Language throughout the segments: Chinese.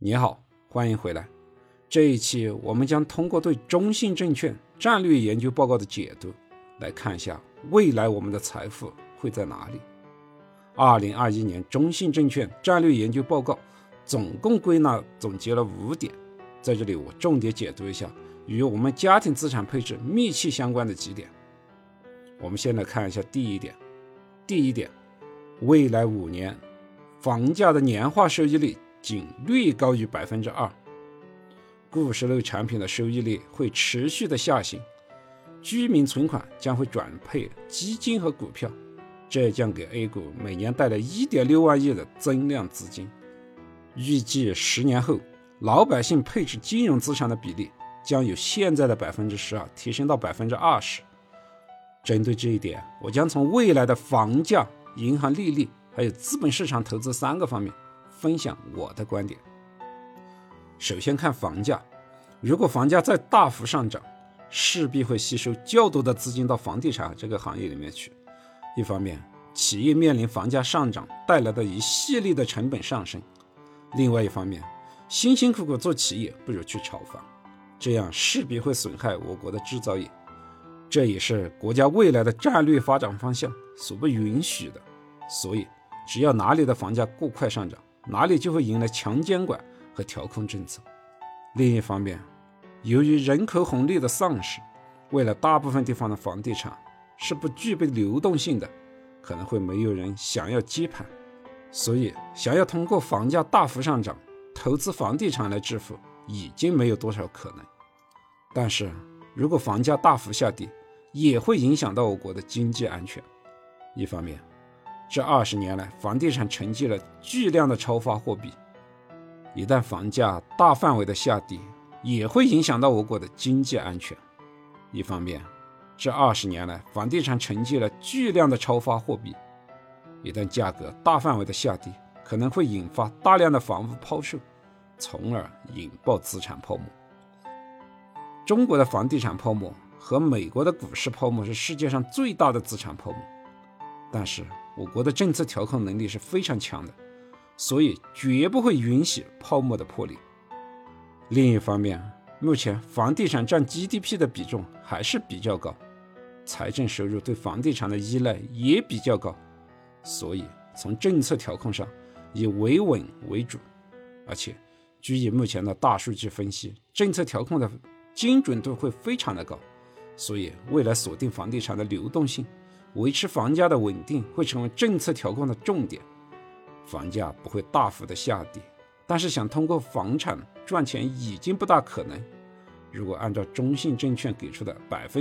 你好，欢迎回来。这一期我们将通过对中信证券战略研究报告的解读，来看一下未来我们的财富会在哪里。2021年中信证券战略研究报告总共归纳总结了5点，在这里我重点解读一下与我们家庭资产配置密切相关的几点。我们先来看一下第一点，未来5年房价的年化收益率仅略高于 2%， 固收类产品的收益率会持续的下行，居民存款将会转配基金和股票，这将给 A 股每年带来 1.6 万亿的增量资金。预计10年后，老百姓配置金融资产的比例将由现在的 12% 提升到 20%。 针对这一点，我将从未来的房价、银行利率还有资本市场投资3个方面分享我的观点。首先看房价，如果房价再大幅上涨，势必会吸收较多的资金到房地产这个行业里面去。一方面，企业面临房价上涨带来的一系列的成本上升；另外一方面，辛辛苦苦做企业不如去炒房，这样势必会损害我国的制造业。这也是国家未来的战略发展方向所不允许的，所以只要哪里的房价过快上涨，哪里就会迎来强监管和调控政策。另一方面，由于人口红利的丧失，未来大部分地方的房地产是不具备流动性的，可能会没有人想要接盘，所以想要通过房价大幅上涨投资房地产来致富已经没有多少可能。但是如果房价大幅下跌，也会影响到我国的经济安全。一方面，这20年来房地产沉积了巨量的超发货币，一旦房价大范围的下跌，也会影响到我国的经济安全。一方面，这20年来房地产沉积了巨量的超发货币，一旦价格大范围的下跌，可能会引发大量的房屋抛售，从而引爆资产泡沫。中国的房地产泡沫和美国的股市泡沫是世界上最大的资产泡沫，但是我国的政策调控能力是非常强的，所以绝不会允许泡沫的破裂。另一方面，目前房地产占 GDP 的比重还是比较高，财政收入对房地产的依赖也比较高，所以从政策调控上以维稳为主，而且据以目前的大数据分析，政策调控的精准度会非常的高，所以未来锁定房地产的流动性，维持房价的稳定会成为政策调控的重点。房价不会大幅的下跌，但是想通过房产赚钱已经不大可能。如果按照中信证券给出的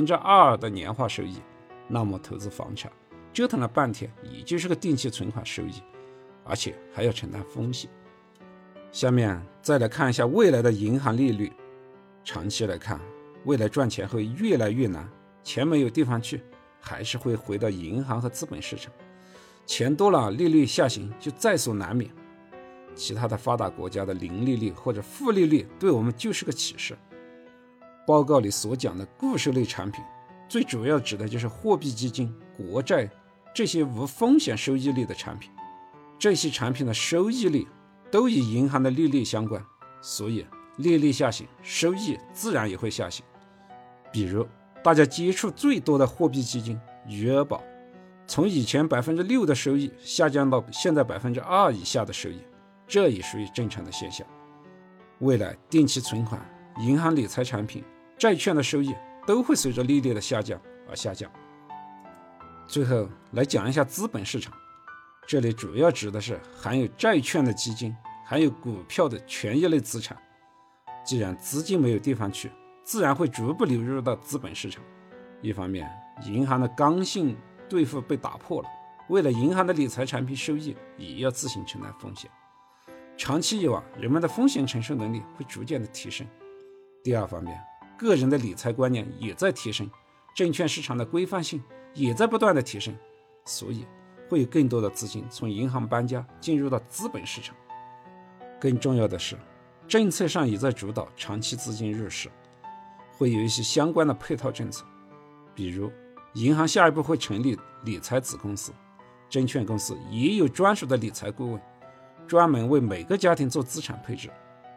2% 的年化收益，那么投资房产折腾了半天也就是个定期存款收益，而且还要承担风险。下面再来看一下未来的银行利率。长期来看，未来赚钱会越来越难，钱没有地方去，还是会回到银行和资本市场。钱多了，利率下行就在所难免。其他的发达国家的零利率或者负利率对我们就是个启示。报告里所讲的固收类产品，最主要指的就是货币基金、国债这些无风险收益率的产品。这些产品的收益率都与银行的利率相关，所以利率下行，收益自然也会下行。比如大家接触最多的货币基金余额宝，从以前 6% 的收益下降到现在 2% 以下的收益，这也属于正常的现象。未来定期存款、银行理财产品、债券的收益都会随着利率的下降而下降。最后来讲一下资本市场，这里主要指的是含有债券的基金，含有股票的权益类资产。既然资金没有地方去，自然会逐步流入到资本市场。一方面，银行的刚性兑付被打破了，为了银行的理财产品收益也要自行承担风险。长期以往，人们的风险承受能力会逐渐的提升。第二方面，个人的理财观念也在提升，证券市场的规范性也在不断的提升，所以会有更多的资金从银行搬家进入到资本市场。更重要的是，政策上也在主导长期资金入市，会有一些相关的配套政策，比如银行下一步会成立理财子公司，证券公司也有专属的理财顾问，专门为每个家庭做资产配置。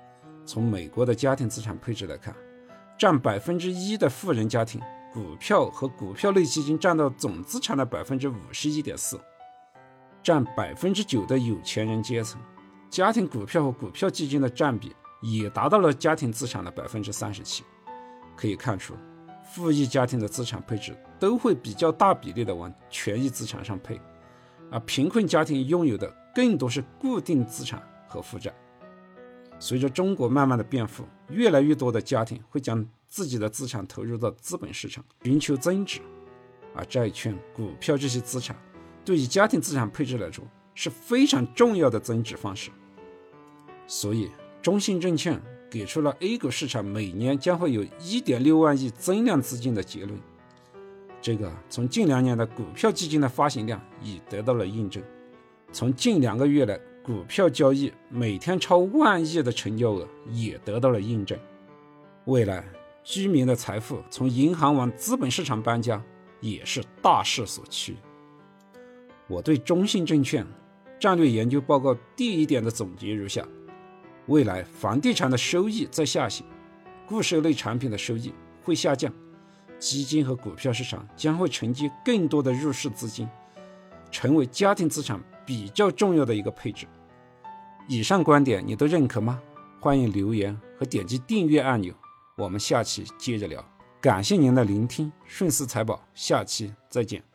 从美国的家庭资产配置来看，占1%的富人家庭，股票和股票类基金占到总资产的51.4%，占9%的有钱人阶层，家庭股票和股票基金的占比也达到了家庭资产的37%。可以看出，富裕家庭的资产配置都会比较大比例的往权益资产上配，而贫困家庭拥有的更多是固定资产和负债。随着中国慢慢的变富，越来越多的家庭会将自己的资产投入到资本市场，寻求增值，而债券、股票这些资产对于家庭资产配置来说是非常重要的增值方式。所以中信证券给出了 A 股市场每年将会有 1.6万亿增量资金的结论，这个从近2年的股票基金的发行量已得到了印证，从近2个月来股票交易每天超10000亿的成交额也得到了印证。未来居民的财富从银行往资本市场搬家也是大势所趋。我对中信证券战略研究报告第1点的总结如下：未来房地产的收益在下行，固收类产品的收益会下降，基金和股票市场将会承接更多的入市资金，成为家庭资产比较重要的一个配置。以上观点你都认可吗？欢迎留言和点击订阅按钮，我们下期接着聊。感谢您的聆听，顺思财宝，下期再见。